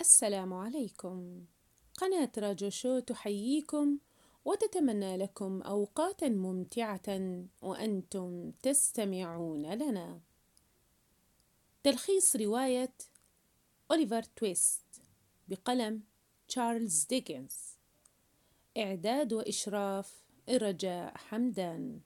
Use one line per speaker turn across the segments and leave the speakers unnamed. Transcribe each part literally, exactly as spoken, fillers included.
السلام عليكم. قناة راجو شو تحييكم وتتمنى لكم أوقاتا ممتعة وأنتم تستمعون لنا. تلخيص رواية أوليفر تويست بقلم تشارلز ديكنز. إعداد وإشراف رجاء حمدان.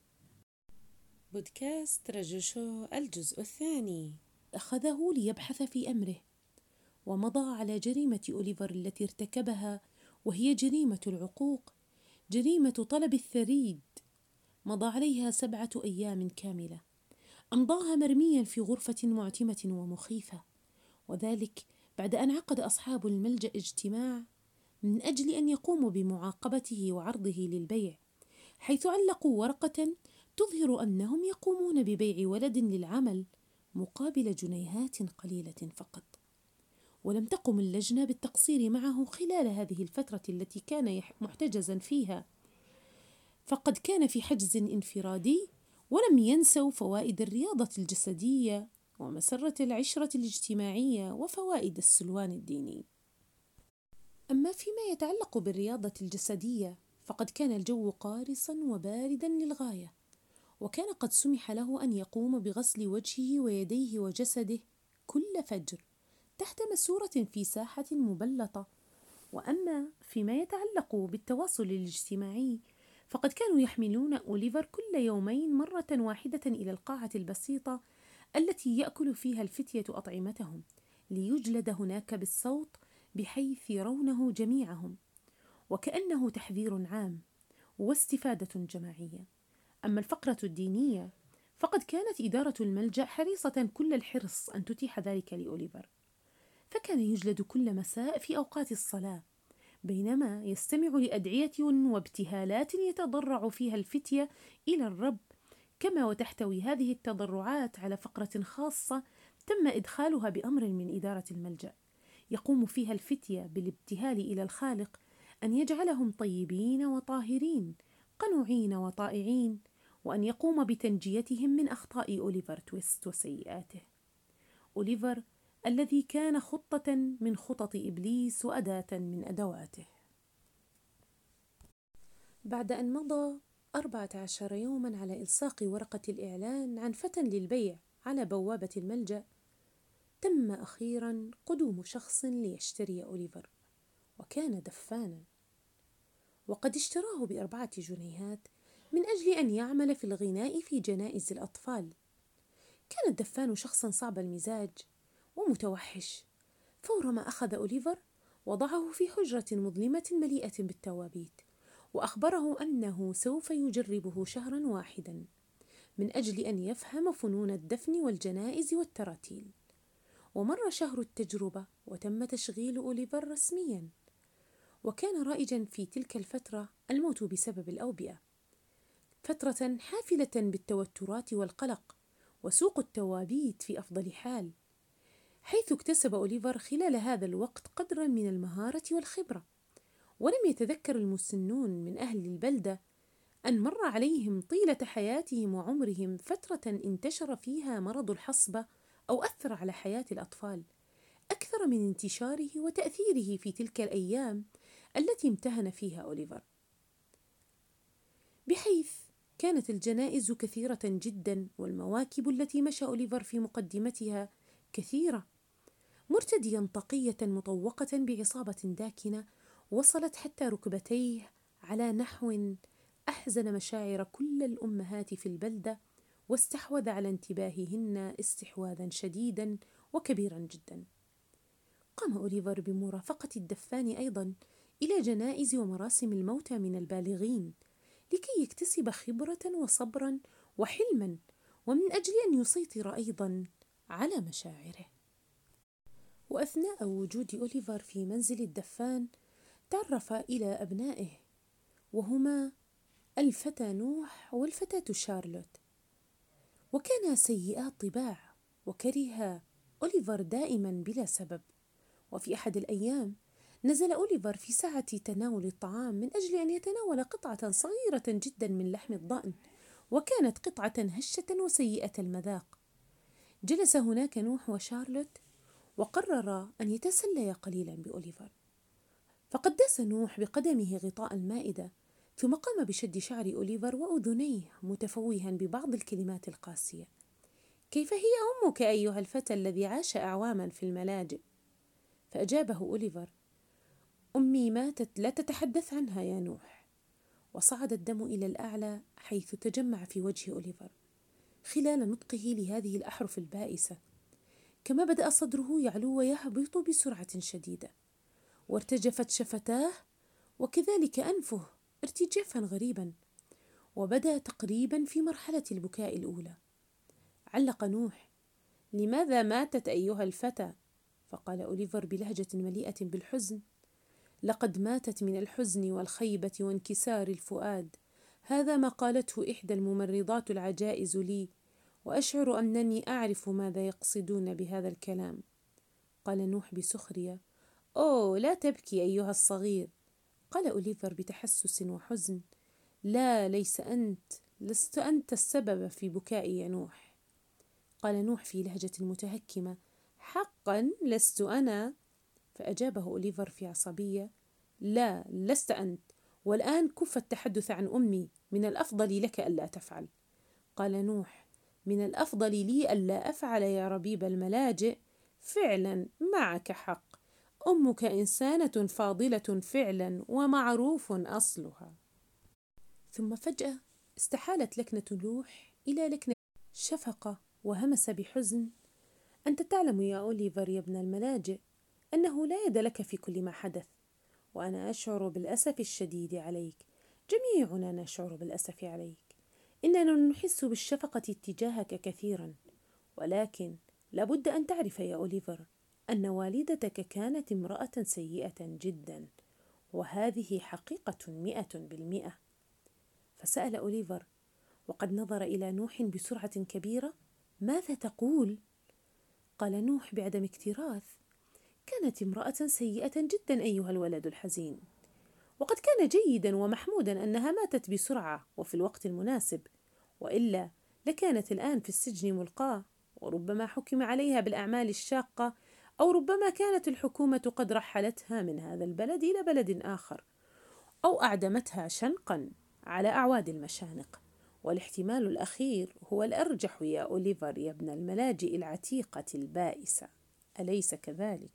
بودكاست راجو شو الجزء الثاني. أخذه ليبحث في أمره، ومضى على جريمة أوليفر التي ارتكبها، وهي جريمة العقوق، جريمة طلب الثريد. مضى عليها سبعة أيام كاملة، أمضاها مرميا في غرفة معتمة ومخيفة، وذلك بعد أن عقد أصحاب الملجأ اجتماع من أجل أن يقوموا بمعاقبته وعرضه للبيع، حيث علقوا ورقة تظهر أنهم يقومون ببيع ولد للعمل مقابل جنيهات قليلة فقط. ولم تقم اللجنة بالتقصير معه خلال هذه الفترة التي كان محتجزا فيها، فقد كان في حجز انفرادي، ولم ينسوا فوائد الرياضة الجسدية ومسرة العشرة الاجتماعية وفوائد السلوان الديني. أما فيما يتعلق بالرياضة الجسدية، فقد كان الجو قارصا وباردا للغاية، وكان قد سمح له أن يقوم بغسل وجهه ويديه وجسده كل فجر تحت مسورة في ساحة مبلطة. وأما فيما يتعلق بالتواصل الاجتماعي، فقد كانوا يحملون أوليفر كل يومين مرة واحدة إلى القاعة البسيطة التي يأكل فيها الفتية أطعمتهم، ليجلد هناك بالصوت بحيث يرونه جميعهم، وكأنه تحذير عام واستفادة جماعية. أما الفقرة الدينية، فقد كانت إدارة الملجأ حريصة كل الحرص أن تتيح ذلك لأوليفر، فكان يجلد كل مساء في أوقات الصلاة، بينما يستمع لأدعية وابتهالات يتضرع فيها الفتية إلى الرب، كما وتحتوي هذه التضرعات على فقرة خاصة تم إدخالها بأمر من إدارة الملجأ، يقوم فيها الفتية بالابتهال إلى الخالق أن يجعلهم طيبين وطاهرين، قنوعين وطائعين، وأن يقوم بتنجيتهم من أخطاء أوليفر تويست وسيئاته. أوليفر الذي كان خطة من خطط إبليس وأداة من أدواته. بعد أن مضى أربعة عشر يوما على إلصاق ورقة الإعلان عن فتى للبيع على بوابة الملجأ، تم أخيرا قدوم شخص ليشتري أوليفر، وكان دفانا، وقد اشتراه بأربعة جنيهات من أجل أن يعمل في الغناء في جنائز الأطفال. كان الدفان شخصا صعب المزاج ومتوحش. فورما أخذ أوليفر وضعه في حجرة مظلمة مليئة بالتوابيت، وأخبره أنه سوف يجربه شهرا واحدا من أجل أن يفهم فنون الدفن والجنائز والتراتيل. ومر شهر التجربة وتم تشغيل أوليفر رسميا. وكان رائجا في تلك الفترة الموت بسبب الأوبئة، فترة حافلة بالتوترات والقلق، وسوق التوابيت في أفضل حال، حيث اكتسب أوليفر خلال هذا الوقت قدرا من المهارة والخبرة. ولم يتذكر المسنون من أهل البلدة أن مر عليهم طيلة حياتهم وعمرهم فترة انتشر فيها مرض الحصبة أو أثر على حياة الأطفال أكثر من انتشاره وتأثيره في تلك الأيام التي امتهن فيها أوليفر، بحيث كانت الجنائز كثيرة جدا، والمواكب التي مشى أوليفر في مقدمتها كثيرة، مرتديا طاقية مطوقة بعصابة داكنة وصلت حتى ركبتيه على نحو أحزن مشاعر كل الأمهات في البلدة، واستحوذ على انتباههن استحواذا شديدا وكبيرا جدا. قام أوليفر بمرافقة الدفان أيضا إلى جنائز ومراسم الموتى من البالغين، لكي يكتسب خبرة وصبرا وحلما، ومن أجل أن يسيطر أيضا على مشاعره. وأثناء وجود أوليفر في منزل الدفان، تعرف إلى أبنائه، وهما الفتى نوح والفتاة شارلوت، وكانا سيئا الطباع، وكره أوليفر دائما بلا سبب. وفي أحد الأيام نزل أوليفر في ساعة تناول الطعام من أجل أن يتناول قطعة صغيرة جدا من لحم الضأن، وكانت قطعة هشة وسيئة المذاق. جلس هناك نوح وشارلوت وقرر أن يتسلى قليلا بأوليفر، فقدس نوح بقدمه غطاء المائدة، ثم قام بشد شعر أوليفر وأذنيه متفوها ببعض الكلمات القاسية: كيف هي أمك أيها الفتى الذي عاش أعواما في الملاجئ؟ فأجابه أوليفر: أمي ماتت، لا تتحدث عنها يا نوح. وصعد الدم إلى الأعلى حيث تجمع في وجه أوليفر خلال نطقه لهذه الأحرف البائسة، كما بدأ صدره يعلو ويهبط بسرعة شديدة، وارتجفت شفتاه وكذلك أنفه ارتجافا غريبا، وبدأ تقريبا في مرحلة البكاء الأولى. علق نوح: لماذا ماتت أيها الفتى؟ فقال أوليفر بلهجة مليئة بالحزن: لقد ماتت من الحزن والخيبة وانكسار الفؤاد، هذا ما قالته إحدى الممرضات العجائز لي، وأشعر أنني أعرف ماذا يقصدون بهذا الكلام. قال نوح بسخرية: أوه، لا تبكي أيها الصغير. قال أوليفر بتحسس وحزن: لا، ليس أنت، لست أنت السبب في بكائي يا نوح. قال نوح في لهجة متهكمة: حقا لست أنا. فأجابه أوليفر في عصبية: لا، لست أنت، والآن كف التحدث عن أمي، من الأفضل لك ألا تفعل. قال نوح: من الأفضل لي ألا أفعل يا ربيب الملاجئ، فعلا معك حق، أمك إنسانة فاضلة فعلا ومعروف أصلها. ثم فجأة استحالت لكنة نوح إلى لكنة شفقة، وهمس بحزن: أنت تعلم يا أوليفر يا ابن الملاجئ أنه لا يد لك في كل ما حدث، وأنا أشعر بالأسف الشديد عليك، جميعنا نشعر بالأسف عليك، إننا نحس بالشفقة تجاهك كثيرا، ولكن لابد أن تعرف يا أوليفر أن والدتك كانت امرأة سيئة جدا، وهذه حقيقة مئة بالمئة. فسأل أوليفر وقد نظر إلى نوح بسرعة كبيرة: ماذا تقول؟ قال نوح بعدم اكتراث: كانت امرأة سيئة جدا أيها الولد الحزين، وقد كان جيدا ومحمودا أنها ماتت بسرعة وفي الوقت المناسب، وإلا لكانت الآن في السجن ملقاة، وربما حكم عليها بالأعمال الشاقة، أو ربما كانت الحكومة قد رحلتها من هذا البلد إلى بلد آخر، أو أعدمتها شنقا على أعواد المشانق. والاحتمال الأخير هو الأرجح يا أوليفر يا ابن الملاجئ العتيقة البائسة، أليس كذلك؟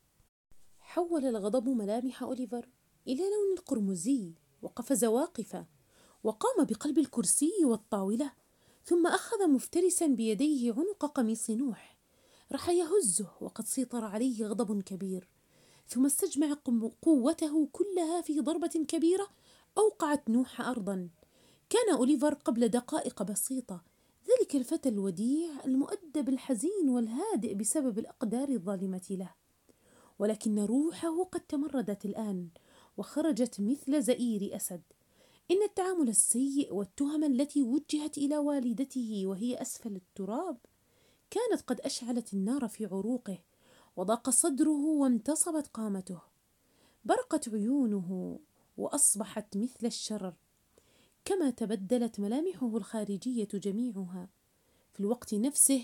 حول الغضب ملامح أوليفر إلى لون القرمزي، وقفز واقفا، وقام بقلب الكرسي والطاولة، ثم أخذ مفترسا بيديه عنق قميص نوح، راح يهزه وقد سيطر عليه غضب كبير، ثم استجمع قوته كلها في ضربة كبيرة أوقعت نوح أرضا. كان أوليفر قبل دقائق بسيطة ذلك الفتى الوديع المؤدب الحزين والهادئ بسبب الأقدار الظالمة له، ولكن روحه قد تمردت الآن وخرجت مثل زئير أسد. إن التعامل السيء والتهم التي وجهت إلى والدته وهي أسفل التراب كانت قد أشعلت النار في عروقه، وضاق صدره وانتصبت قامته، برقت عيونه وأصبحت مثل الشرر، كما تبدلت ملامحه الخارجية جميعها في الوقت نفسه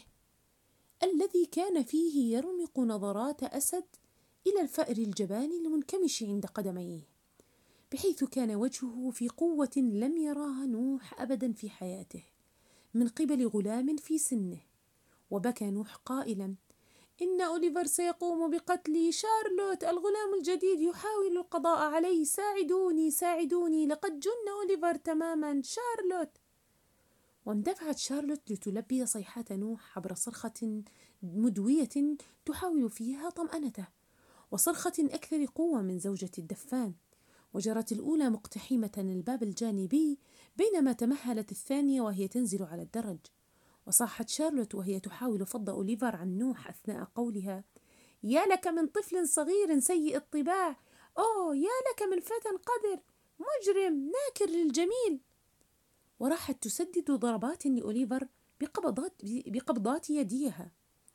الذي كان فيه يرمق نظرات أسد إلى الفأر الجبان المنكمش عند قدميه، بحيث كان وجهه في قوة لم يراها نوح أبدا في حياته من قبل غلام في سنه. وبكى نوح قائلا: إن أوليفر سيقوم بقتل شارلوت، الغلام الجديد يحاول القضاء عليه، ساعدوني ساعدوني، لقد جن أوليفر تماما، شارلوت. واندفعت شارلوت لتلبي صيحات نوح عبر صرخة مدوية تحاول فيها طمأنته، وصرخة أكثر قوة من زوجة الدفان. وجرت الأولى مقتحمة الباب الجانبي بينما تمهلت الثانية وهي تنزل على الدرج. وصاحت شارلوت وهي تحاول فض أوليفر عن نوح أثناء قولها: يا لك من طفل صغير سيء الطباع، أوه يا لك من فتى قذر، مجرم ناكر للجميل. وراحت تسدد ضربات لأوليفر بقبضات, بقبضات يديها،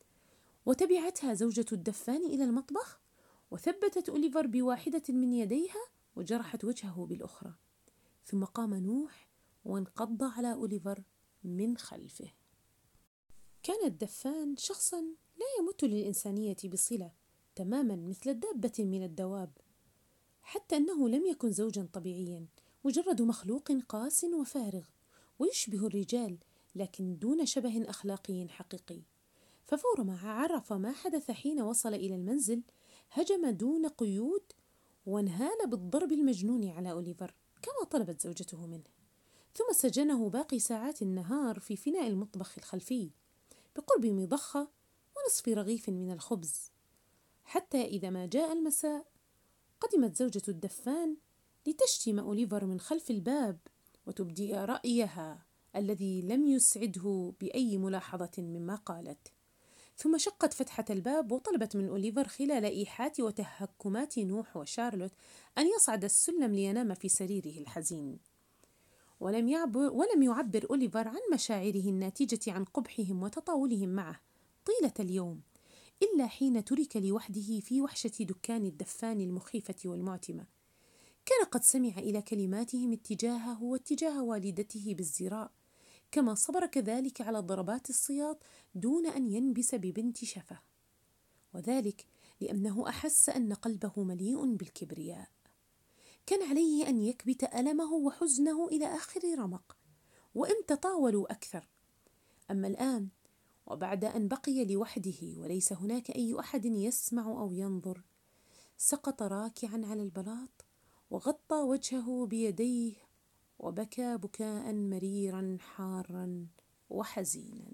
وتبعتها زوجة الدفان إلى المطبخ، وثبتت أوليفر بواحدة من يديها وجرحت وجهه بالأخرى. ثم قام نوح وانقض على أوليفر من خلفه. كان الدفان شخصا لا يمت للإنسانية بصلة تماما مثل دابة من الدواب، حتى أنه لم يكن زوجا طبيعيا، مجرد مخلوق قاس وفارغ ويشبه الرجال لكن دون شبه أخلاقي حقيقي. ففورما عرف ما حدث حين وصل إلى المنزل هجم دون قيود وانهال بالضرب المجنون على أوليفر كما طلبت زوجته منه، ثم سجنه باقي ساعات النهار في فناء المطبخ الخلفي بقرب مضخة ونصف رغيف من الخبز، حتى إذا ما جاء المساء قدمت زوجة الدفان لتشتم أوليفر من خلف الباب وتبدي رأيها الذي لم يسعده بأي ملاحظة مما قالت، ثم شقت فتحة الباب وطلبت من أوليفر خلال إيحاءات وتهكمات نوح وشارلوت أن يصعد السلم لينام في سريره الحزين. ولم يعبر ولم يعبر أوليفر عن مشاعره الناتجة عن قبحهم وتطاولهم معه طيلة اليوم إلا حين ترك لوحده في وحشة دكان الدفان المخيفة والمعتمة. كان قد سمع إلى كلماتهم اتجاهه واتجاه والدته بالزراء، كما صبر كذلك على ضربات السياط دون أن ينبس ببنت شفة، وذلك لأنه أحس أن قلبه مليء بالكبرياء. كان عليه أن يكبت ألمه وحزنه إلى آخر رمق وإن تطاولوا أكثر. أما الآن وبعد أن بقي لوحده وليس هناك أي أحد يسمع أو ينظر، سقط راكعا على البلاط وغطى وجهه بيديه وبكى بكاء مريرا حارا وحزينا.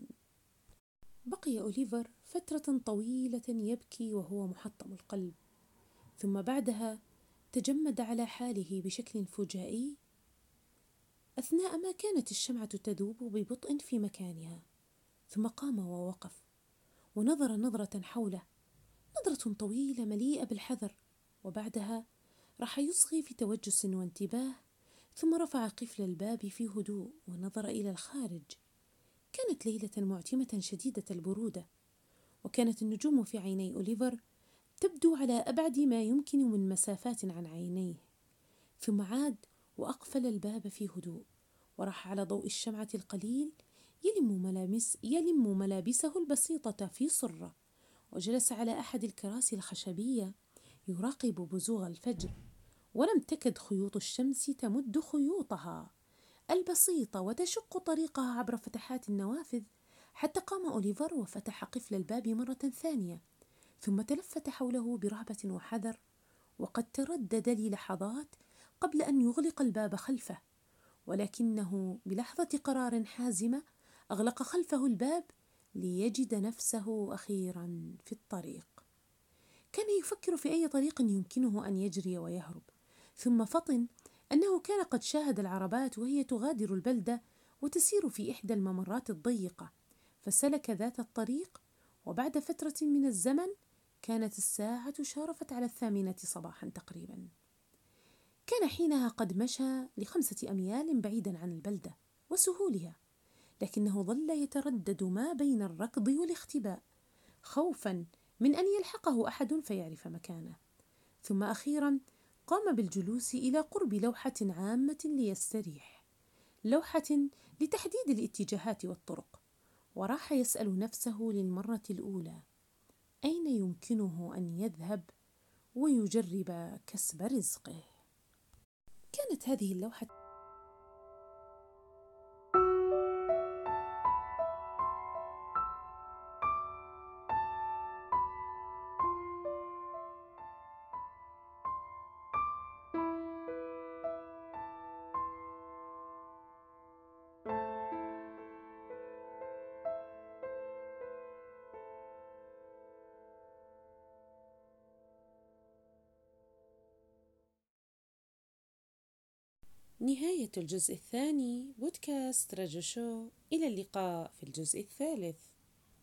بقي أوليفر فترة طويلة يبكي وهو محطم القلب، ثم بعدها تجمد على حاله بشكل فجائي أثناء ما كانت الشمعة تذوب ببطء في مكانها، ثم قام ووقف ونظر نظرة حوله، نظرة طويلة مليئة بالحذر، وبعدها راح يصغي في توجس وانتباه، ثم رفع قفل الباب في هدوء ونظر إلى الخارج. كانت ليلة معتمة شديدة البرودة، وكانت النجوم في عيني أوليفر تبدو على أبعد ما يمكن من مسافات عن عينيه، ثم عاد وأقفل الباب في هدوء وراح على ضوء الشمعة القليل يلم, ملامس يلم ملابسه البسيطة في صرة، وجلس على أحد الكراسي الخشبية يراقب بزوغ الفجر، ولم تكد خيوط الشمس تمد خيوطها البسيطة وتشق طريقها عبر فتحات النوافذ، حتى قام أوليفر وفتح قفل الباب مرة ثانية، ثم تلفت حوله برهبة وحذر، وقد تردد للحظات قبل أن يغلق الباب خلفه، ولكنه بلحظة قرار حازمة أغلق خلفه الباب ليجد نفسه أخيرا في الطريق. كان يفكر في أي طريق يمكنه أن يجري ويهرب، ثم فطن أنه كان قد شاهد العربات وهي تغادر البلدة وتسير في إحدى الممرات الضيقة، فسلك ذات الطريق، وبعد فترة من الزمن كانت الساعة شارفت على الثامنة صباحا تقريبا. كان حينها قد مشى لخمسة أميال بعيدا عن البلدة وسهولها، لكنه ظل يتردد ما بين الركض والاختباء خوفا من أن يلحقه أحد فيعرف مكانه، ثم أخيرا قام بالجلوس إلى قرب لوحة عامة ليستريح، لوحة لتحديد الاتجاهات والطرق، وراح يسأل نفسه للمرة الأولى أين يمكنه أن يذهب ويجرب كسب رزقه. كانت هذه اللوحة نهاية الجزء الثاني بودكاست رجو شو. إلى اللقاء في الجزء الثالث.